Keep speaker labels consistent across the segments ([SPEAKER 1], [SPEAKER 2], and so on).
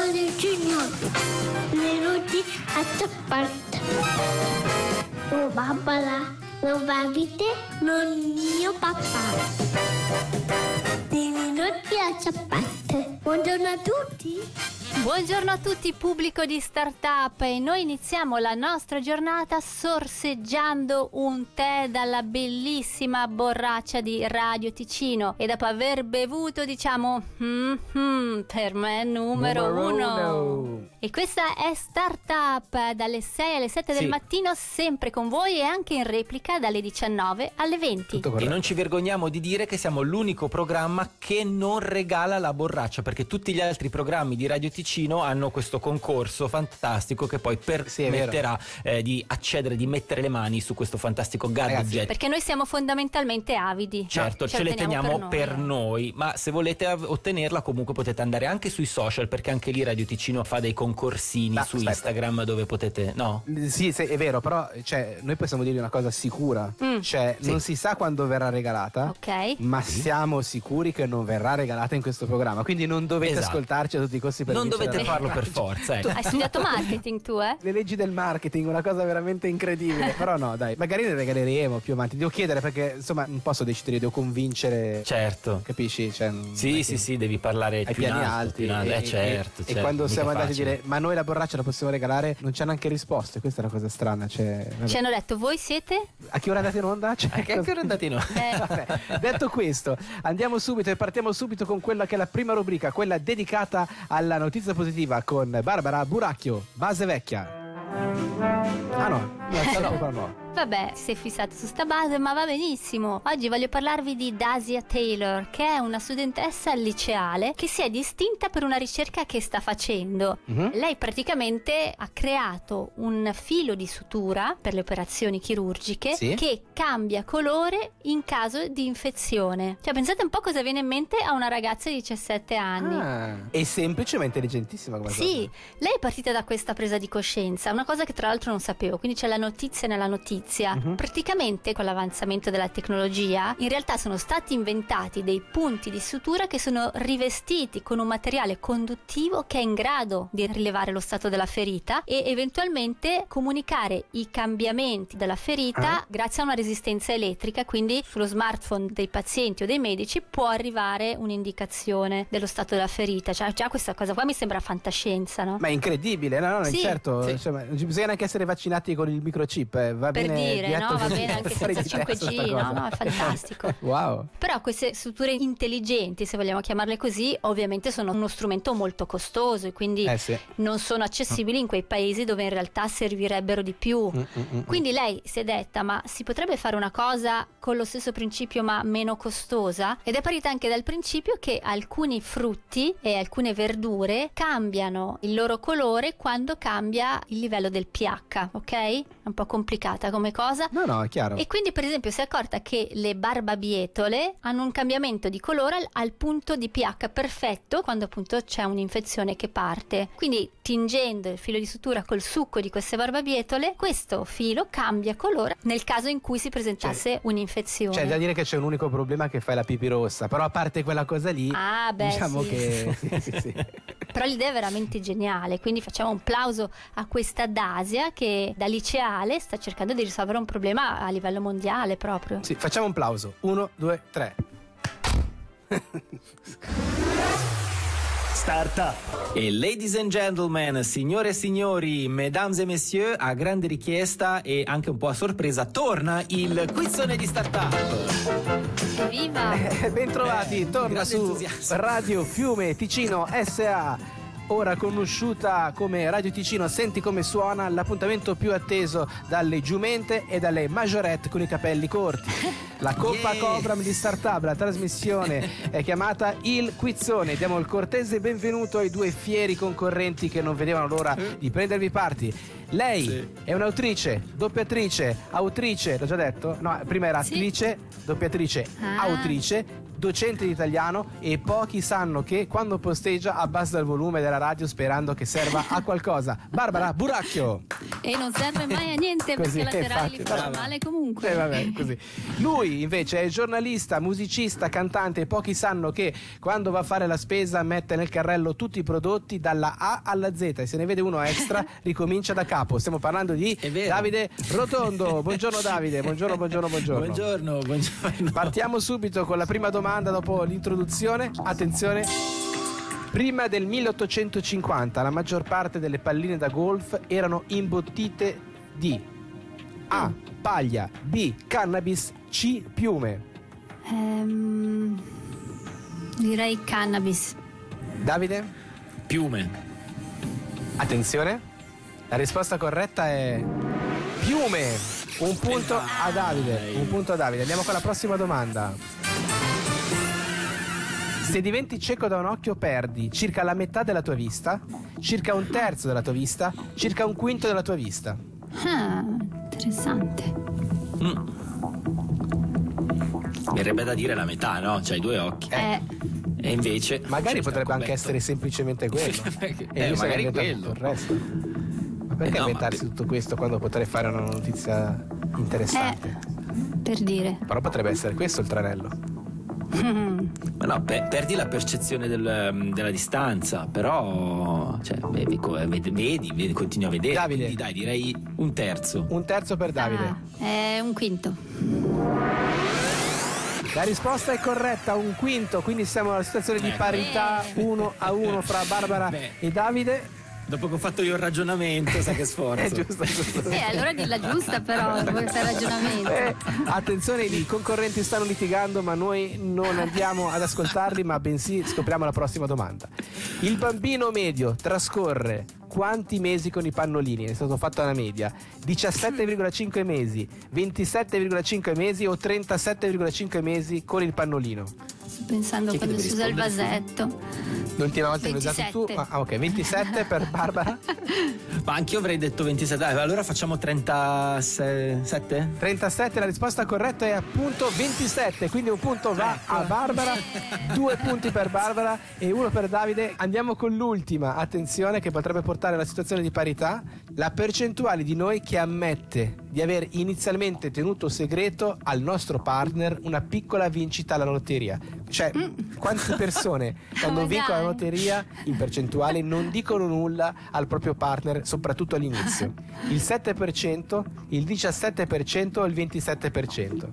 [SPEAKER 1] Radio Ticino. Minuti a parte. Oh Barbara, non babite, non mio papà. Dei minuti a ciabatte. Buongiorno a tutti.
[SPEAKER 2] Buongiorno a tutti, pubblico di Startup, e noi iniziamo la nostra giornata sorseggiando un tè dalla bellissima borraccia di Radio Ticino, e dopo aver bevuto diciamo per me numero uno. E questa è Startup, dalle 6 alle 7 del mattino, sempre con voi, e anche in replica dalle 19 alle 20.
[SPEAKER 3] E non ci vergogniamo di dire che siamo l'unico programma che non regala la borraccia, perché tutti gli altri programmi di Radio Ticino hanno questo concorso fantastico che poi permetterà di accedere, di mettere le mani su questo fantastico gadget.
[SPEAKER 2] Perché noi siamo fondamentalmente avidi.
[SPEAKER 3] Certo, ce le teniamo per noi, ma se volete ottenerla comunque potete andare anche sui social, perché anche lì Radio Ticino fa dei concorsini su Instagram dove potete, no?
[SPEAKER 4] Sì, è vero, però noi possiamo dire una cosa sicura, non si sa quando verrà regalata, ma siamo sicuri che non verrà regalata in questo programma, quindi non dovete ascoltarci a tutti i costi per
[SPEAKER 3] non dovete farlo per forza.
[SPEAKER 2] Hai studiato marketing tu,
[SPEAKER 4] Le leggi del marketing, una cosa veramente incredibile. Però no, dai, magari ne regaleremo più avanti. Devo chiedere, perché insomma non posso decidere, devo convincere.
[SPEAKER 3] Certo.
[SPEAKER 4] Capisci?
[SPEAKER 3] Sì, devi parlare
[SPEAKER 4] ai piani alti.
[SPEAKER 3] Certo.
[SPEAKER 4] E quando siamo andati a dire ma noi la borraccia la possiamo regalare, non ci hanno neanche risposto, e questa è una cosa strana. Ci
[SPEAKER 2] hanno detto voi siete?
[SPEAKER 4] A che ora andate in onda?
[SPEAKER 3] A che ora andate in onda?
[SPEAKER 4] Vabbè, detto questo, andiamo subito e partiamo subito con quella che è la prima rubrica, quella dedicata alla notizia positiva, con Barbara Buracchio, base vecchia. No.
[SPEAKER 2] Vabbè, si è fissato su sta base, ma va benissimo. Oggi voglio parlarvi di Dasia Taylor, che è una studentessa liceale che si è distinta per una ricerca che sta facendo. Lei praticamente ha creato un filo di sutura per le operazioni chirurgiche che cambia colore in caso di infezione. Cioè, pensate un po' cosa viene in mente a una ragazza di 17 anni.
[SPEAKER 4] È semplice ma intelligentissima come cosa.
[SPEAKER 2] Sì, lei è partita da questa presa di coscienza, una cosa che tra l'altro non sapevo, quindi c'è la notizia nella notizia. Praticamente con l'avanzamento della tecnologia in realtà sono stati inventati dei punti di sutura che sono rivestiti con un materiale conduttivo che è in grado di rilevare lo stato della ferita e eventualmente comunicare i cambiamenti della ferita grazie a una resistenza elettrica, quindi sullo smartphone dei pazienti o dei medici può arrivare un'indicazione dello stato della ferita. Cioè, già questa cosa qua mi sembra fantascienza, no?
[SPEAKER 4] Ma è incredibile, no?
[SPEAKER 2] Sì.
[SPEAKER 4] Certo, cioè, non bisogna neanche essere vaccinati con il microchip, va
[SPEAKER 2] per
[SPEAKER 4] bene
[SPEAKER 2] dire, no? Va bene anche senza 5G, no? È fantastico.
[SPEAKER 4] Wow.
[SPEAKER 2] Però queste suture intelligenti, se vogliamo chiamarle così, ovviamente sono uno strumento molto costoso e quindi non sono accessibili in quei paesi dove in realtà servirebbero di più. Quindi lei si è detta, ma si potrebbe fare una cosa con lo stesso principio ma meno costosa? Ed è partita anche dal principio che alcuni frutti e alcune verdure cambiano il loro colore quando cambia il livello del pH, ok? È un po' complicata come cosa.
[SPEAKER 4] No, è chiaro.
[SPEAKER 2] E quindi per esempio si è accorta che le barbabietole hanno un cambiamento di colore al punto di pH perfetto quando appunto c'è un'infezione che parte. Quindi tingendo il filo di sutura col succo di queste barbabietole, questo filo cambia colore nel caso in cui si presentasse un'infezione.
[SPEAKER 4] C'è da dire che c'è un unico problema, che fai la pipì rossa, però a parte quella cosa lì, diciamo che sì.
[SPEAKER 2] Però l'idea è veramente geniale, quindi facciamo un plauso a questa Dasia che da liceale sta cercando di risolvere un problema a livello mondiale proprio.
[SPEAKER 4] Sì, facciamo un plauso. 1, 2, 3.
[SPEAKER 3] Startup. E ladies and gentlemen, signore e signori, mesdames et messieurs, a grande richiesta e anche un po' a sorpresa torna il quizzone di Startup.
[SPEAKER 2] Evviva!
[SPEAKER 4] Bentrovati, torna su
[SPEAKER 3] entusiasmo.
[SPEAKER 4] Radio Fiume Ticino SA, ora conosciuta come Radio Ticino. Senti come suona, l'appuntamento più atteso dalle giumente e dalle majorette con i capelli corti. La Coppa Cobram di Startup, la trasmissione è chiamata Il Quizzone. Diamo il cortese benvenuto ai due fieri concorrenti che non vedevano l'ora di prendervi parti. Lei è un'autrice, doppiatrice, autrice, l'ho già detto? No, prima era attrice, doppiatrice, autrice, docente di italiano, e pochi sanno che quando posteggia abbassa il volume della radio sperando che serva a qualcosa. Barbara Buracchio.
[SPEAKER 2] E non serve mai a niente
[SPEAKER 4] Così,
[SPEAKER 2] perché laterali
[SPEAKER 4] infatti,
[SPEAKER 2] fanno male comunque.
[SPEAKER 4] Vabbè, così. Lui invece è giornalista, musicista, cantante, e pochi sanno che quando va a fare la spesa mette nel carrello tutti i prodotti dalla A alla Z, e se ne vede uno extra ricomincia da capo. Stiamo parlando di Davide Rotondo. Buongiorno Davide, buongiorno.
[SPEAKER 3] Buongiorno.
[SPEAKER 4] Partiamo subito con la prima domanda dopo l'introduzione. Attenzione. Prima del 1850 la maggior parte delle palline da golf erano imbottite di A. Paglia, B. Cannabis, C. Piume.
[SPEAKER 2] Direi cannabis.
[SPEAKER 4] Davide?
[SPEAKER 3] Piume.
[SPEAKER 4] Attenzione. La risposta corretta è piume. Un punto a Davide. Andiamo con la prossima domanda. Se diventi cieco da un occhio perdi circa la metà della tua vista, circa un terzo della tua vista, circa un quinto della tua vista.
[SPEAKER 2] Ah, interessante.
[SPEAKER 3] Verrebbe da dire la metà, no? C'hai 2 occhi. E invece
[SPEAKER 4] magari potrebbe anche essere semplicemente quello. E
[SPEAKER 3] magari quello.
[SPEAKER 4] Tutto il resto. Ma perché inventarsi tutto questo quando potrei fare una notizia interessante?
[SPEAKER 2] Per dire.
[SPEAKER 4] Però potrebbe essere questo il tranello.
[SPEAKER 3] Ma no, perdi la percezione della distanza, però vedi, continui a vedere.
[SPEAKER 4] Davide.
[SPEAKER 3] Quindi dai, direi un terzo.
[SPEAKER 4] Un terzo per Davide.
[SPEAKER 2] È un quinto.
[SPEAKER 4] La risposta è corretta, un quinto, quindi siamo in una situazione di parità 1-1 fra Barbara e Davide.
[SPEAKER 3] Dopo che ho fatto io il ragionamento, sai che sforzo.
[SPEAKER 4] È giusto.
[SPEAKER 2] Allora dilla giusta però, vuoi fare ragionamento.
[SPEAKER 4] Attenzione, i concorrenti stanno litigando, ma noi non andiamo ad ascoltarli, ma bensì scopriamo la prossima domanda. Il bambino medio trascorre quanti mesi con i pannolini? È stato fatto una media: 17,5 mesi, 27,5 mesi o 37,5 mesi con il pannolino?
[SPEAKER 2] Sto pensando quando si usa il vasetto.
[SPEAKER 4] L'ultima volta che l'hai usato tu? Ok, 27 per Barbara.
[SPEAKER 3] Ma anch'io avrei detto 27. Allora facciamo 37?
[SPEAKER 4] 37, la risposta corretta è appunto 27, quindi un punto va a Barbara, 2 punti per Barbara e 1 per Davide. Andiamo con l'ultima, attenzione, che potrebbe portare alla situazione di parità. La percentuale di noi che ammette di aver inizialmente tenuto segreto al nostro partner una piccola vincita alla lotteria. Cioè, quante persone quando vincono la lotteria in percentuale non dicono nulla al proprio partner, soprattutto all'inizio? Il 7%, il 17% o il 27%?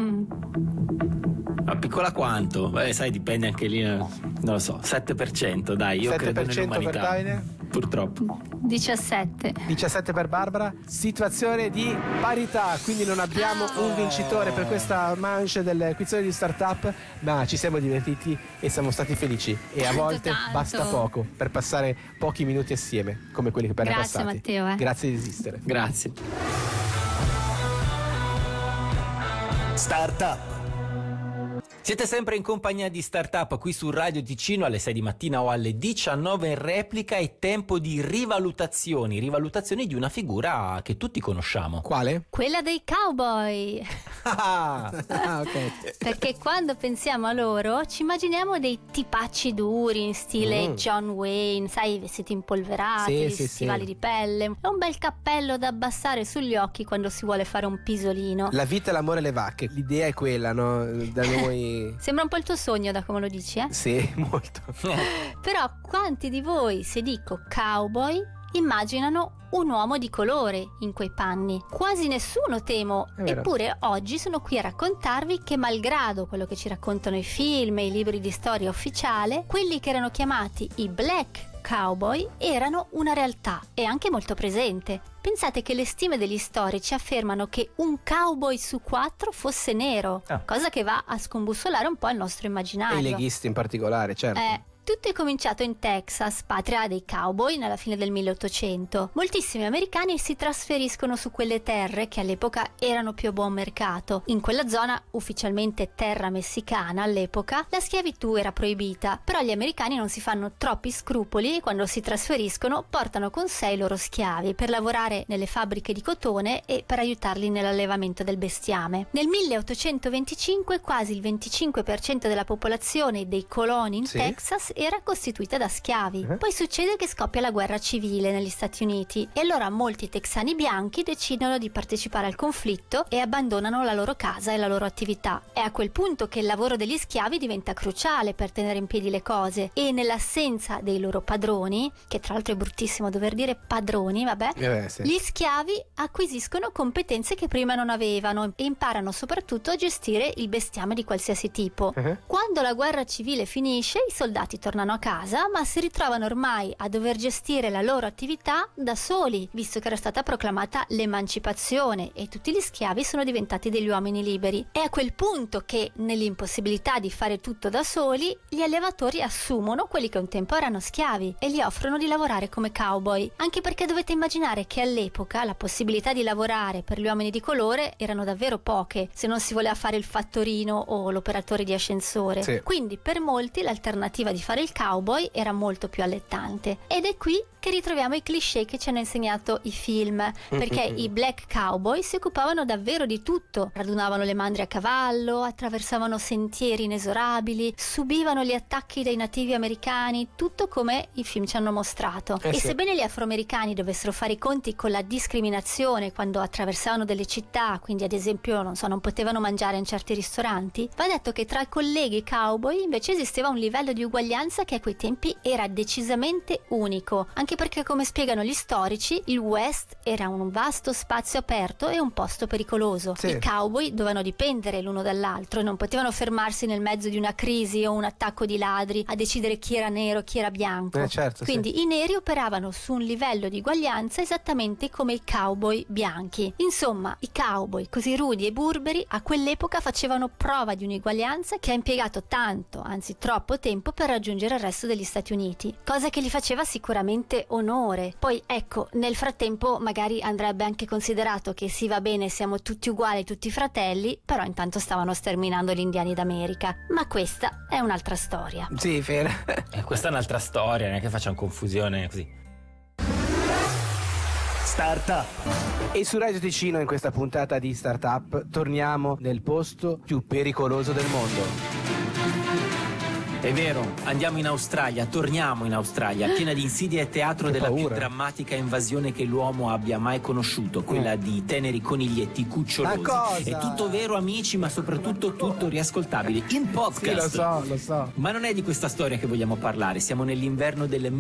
[SPEAKER 3] Ma piccola quanto? Sai, dipende anche lì, non lo so, 7%, dai, io
[SPEAKER 4] 7%
[SPEAKER 3] credo nell'umanità.
[SPEAKER 4] per Davide?
[SPEAKER 3] Purtroppo.
[SPEAKER 2] 17
[SPEAKER 4] per Barbara. Situazione di parità, quindi non abbiamo un vincitore per questa manche del quizzone di startup, ma ci siamo divertiti e siamo stati felici, e a volte
[SPEAKER 2] tanto.
[SPEAKER 4] basta poco per passare pochi minuti assieme come quelli che appena
[SPEAKER 2] Grazie,
[SPEAKER 4] passati.
[SPEAKER 2] Matteo,
[SPEAKER 4] Grazie di esistere.
[SPEAKER 3] Grazie.
[SPEAKER 5] Startup.
[SPEAKER 3] Siete sempre in compagnia di Startup qui su Radio Ticino alle 6 di mattina o alle 19 in replica. È tempo di rivalutazioni di una figura che tutti conosciamo.
[SPEAKER 4] Quale?
[SPEAKER 2] Quella dei cowboy.
[SPEAKER 4] Ok.
[SPEAKER 2] Perché quando pensiamo a loro ci immaginiamo dei tipacci duri in stile John Wayne, sai, i vestiti impolverati,
[SPEAKER 4] Sì,
[SPEAKER 2] stivali di pelle e un bel cappello da abbassare sugli occhi quando si vuole fare un pisolino.
[SPEAKER 4] La vita, l'amore e le vacche, l'idea è quella, no? Da noi.
[SPEAKER 2] Sembra un po' il tuo sogno da come lo dici, eh?
[SPEAKER 4] Sì, molto.
[SPEAKER 2] Però quanti di voi, se dico cowboy, immaginano un uomo di colore in quei panni? Quasi nessuno, temo. Eppure oggi sono qui a raccontarvi che, malgrado quello che ci raccontano i film e i libri di storia ufficiale, quelli che erano chiamati i black cowboy erano una realtà e anche molto presente. Pensate che le stime degli storici affermano che un cowboy su 4 fosse nero, cosa che va a scombussolare un po' il nostro immaginario.
[SPEAKER 4] E i leghisti in particolare, certo.
[SPEAKER 2] Tutto è cominciato in Texas, patria dei cowboy, nella fine del 1800. Moltissimi americani si trasferiscono su quelle terre che all'epoca erano più a buon mercato. In quella zona, ufficialmente terra messicana all'epoca, la schiavitù era proibita, però gli americani non si fanno troppi scrupoli e quando si trasferiscono portano con sé i loro schiavi per lavorare nelle fabbriche di cotone e per aiutarli nell'allevamento del bestiame. Nel 1825 quasi il 25% della popolazione dei coloni in Texas era costituita da schiavi. Poi succede che scoppia la guerra civile negli Stati Uniti e allora molti texani bianchi decidono di partecipare al conflitto e abbandonano la loro casa e la loro attività. È a quel punto che il lavoro degli schiavi diventa cruciale per tenere in piedi le cose e nell'assenza dei loro padroni, che tra l'altro è bruttissimo dover dire padroni, gli schiavi acquisiscono competenze che prima non avevano e imparano soprattutto a gestire il bestiame di qualsiasi tipo. Quando la guerra civile finisce, i soldati tornano a casa, ma si ritrovano ormai a dover gestire la loro attività da soli, visto che era stata proclamata l'emancipazione e tutti gli schiavi sono diventati degli uomini liberi. È a quel punto che, nell'impossibilità di fare tutto da soli, gli allevatori assumono quelli che un tempo erano schiavi e gli offrono di lavorare come cowboy, anche perché dovete immaginare che all'epoca la possibilità di lavorare per gli uomini di colore erano davvero poche, se non si voleva fare il fattorino o l'operatore di ascensore. Quindi per molti l'alternativa di fare il cowboy era molto più allettante. Ed è qui che ritroviamo i cliché che ci hanno insegnato i film, perché i black cowboy si occupavano davvero di tutto, radunavano le mandrie a cavallo, attraversavano sentieri inesorabili, subivano gli attacchi dei nativi americani, tutto come i film ci hanno mostrato. E sebbene gli afroamericani dovessero fare i conti con la discriminazione quando attraversavano delle città, quindi ad esempio non potevano mangiare in certi ristoranti, va detto che tra i colleghi cowboy invece esisteva un livello di uguaglianza che a quei tempi era decisamente unico, anche perché, come spiegano gli storici, il West era un vasto spazio aperto e un posto pericoloso. I cowboy dovevano dipendere l'uno dall'altro e non potevano fermarsi nel mezzo di una crisi o un attacco di ladri a decidere chi era nero e chi era bianco. Quindi i neri operavano su un livello di uguaglianza esattamente come i cowboy bianchi. Insomma, i cowboy così rudi e burberi a quell'epoca facevano prova di un'uguaglianza che ha impiegato tanto, anzi troppo tempo per raggiungere il resto degli Stati Uniti, cosa che gli faceva sicuramente onore. Poi ecco, nel frattempo magari andrebbe anche considerato che sì, va bene, siamo tutti uguali, tutti fratelli, però intanto stavano sterminando gli indiani d'America. Ma questa è un'altra storia.
[SPEAKER 3] Questa è un'altra storia, non è che facciamo confusione così.
[SPEAKER 4] Startup. E su Radio Ticino, in questa puntata di Startup, torniamo nel posto più pericoloso del mondo.
[SPEAKER 3] È vero, andiamo in Australia, torniamo in Australia, piena di insidie e teatro della più drammatica invasione che l'uomo abbia mai conosciuto, quella di teneri coniglietti cucciolosi. È tutto vero, amici, ma soprattutto tutto riascoltabile in podcast.
[SPEAKER 4] Lo so.
[SPEAKER 3] Ma non è di questa storia che vogliamo parlare, siamo nell'inverno del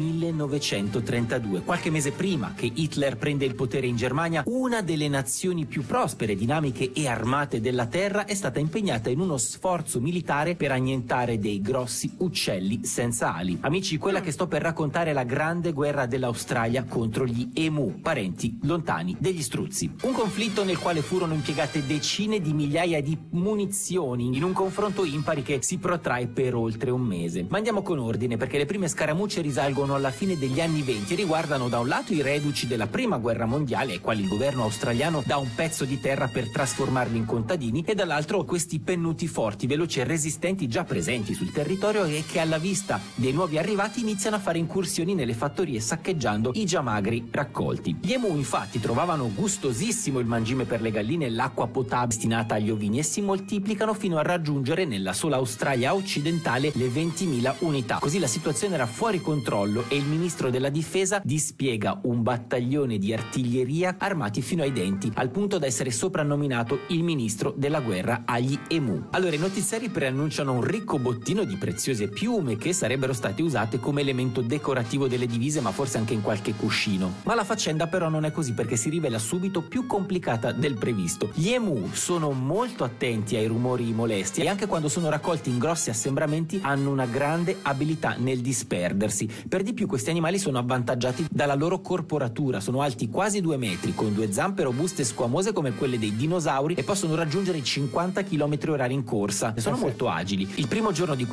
[SPEAKER 3] 1932, qualche mese prima che Hitler prende il potere in Germania. Una delle nazioni più prospere, dinamiche e armate della terra è stata impegnata in uno sforzo militare per annientare dei grossi uccelli senza ali. Amici, quella che sto per raccontare è la grande guerra dell'Australia contro gli emu, parenti lontani degli struzzi. Un conflitto nel quale furono impiegate decine di migliaia di munizioni in un confronto impari che si protrae per oltre un mese. Ma andiamo con ordine, perché le prime scaramucce risalgono alla fine degli anni 20 e riguardano da un lato i reduci della prima guerra mondiale, ai quali il governo australiano dà un pezzo di terra per trasformarli in contadini, e dall'altro questi pennuti forti, veloci e resistenti già presenti sul territorio e che alla vista dei nuovi arrivati iniziano a fare incursioni nelle fattorie saccheggiando i già magri raccolti. Gli emu infatti trovavano gustosissimo il mangime per le galline e l'acqua potabile destinata agli ovini e si moltiplicano fino a raggiungere nella sola Australia occidentale le 20.000 unità. Così la situazione era fuori controllo e il ministro della difesa dispiega un battaglione di artiglieria armati fino ai denti, al punto da essere soprannominato il ministro della guerra agli emu. Allora i notiziari preannunciano un ricco bottino di preziose piume che sarebbero state usate come elemento decorativo delle divise, ma forse anche in qualche cuscino. Ma la faccenda però non è così, perché si rivela subito più complicata del previsto. Gli emu sono molto attenti ai rumori molesti e anche quando sono raccolti in grossi assembramenti hanno una grande abilità nel disperdersi. Per di più questi animali sono avvantaggiati dalla loro corporatura, sono alti quasi 2 metri, con 2 zampe robuste e squamose come quelle dei dinosauri e possono raggiungere i 50 km/h in corsa e sono molto agili. Il primo giorno di questo drammatico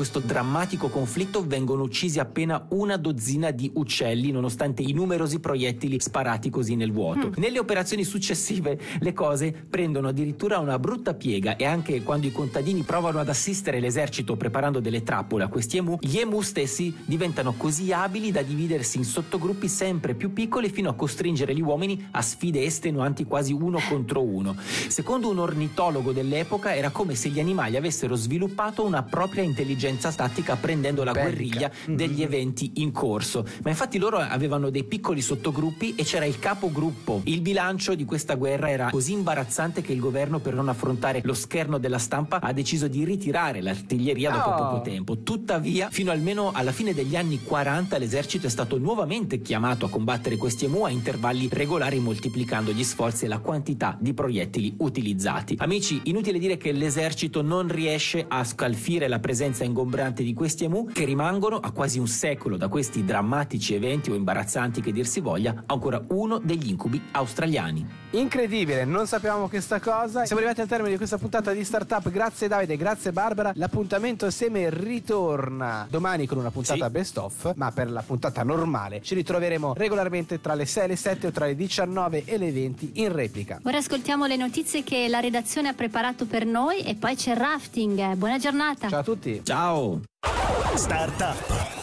[SPEAKER 3] drammatico conflitto vengono uccisi appena una dozzina di uccelli, nonostante i numerosi proiettili sparati così nel vuoto. Nelle operazioni successive le cose prendono addirittura una brutta piega, e anche quando i contadini provano ad assistere l'esercito preparando delle trappole a questi emu, gli emu stessi diventano così abili da dividersi in sottogruppi sempre più piccoli fino a costringere gli uomini a sfide estenuanti quasi uno contro uno. Secondo un ornitologo dell'epoca era come se gli animali avessero sviluppato una propria intelligenza tattica apprendendo la guerriglia degli eventi in corso. Ma infatti loro avevano dei piccoli sottogruppi e c'era il capogruppo. Il bilancio di questa guerra era così imbarazzante che il governo, per non affrontare lo scherno della stampa, ha deciso di ritirare l'artiglieria dopo poco tempo. Tuttavia, fino almeno alla fine degli anni 40 l'esercito è stato nuovamente chiamato a combattere questi emu a intervalli regolari, moltiplicando gli sforzi e la quantità di proiettili utilizzati. Amici, inutile dire che l'esercito non riesce a scalfire la presenza ingombrante di questi emu, che rimangono a quasi un secolo da questi drammatici eventi, o imbarazzanti che dir si voglia, ancora uno degli incubi australiani.
[SPEAKER 4] Incredibile, non sapevamo questa cosa. Siamo arrivati al termine di questa puntata di Startup. Grazie Davide, grazie Barbara. L'appuntamento Seme ritorna domani con una puntata best of, ma per la puntata normale ci ritroveremo regolarmente tra le 6 e le 7 o tra le 19 e le 20 in replica.
[SPEAKER 2] Ora ascoltiamo le notizie che la redazione ha preparato per noi e poi c'è rafting. Buona giornata.
[SPEAKER 4] Ciao a tutti.
[SPEAKER 3] Ciao.
[SPEAKER 5] Startup.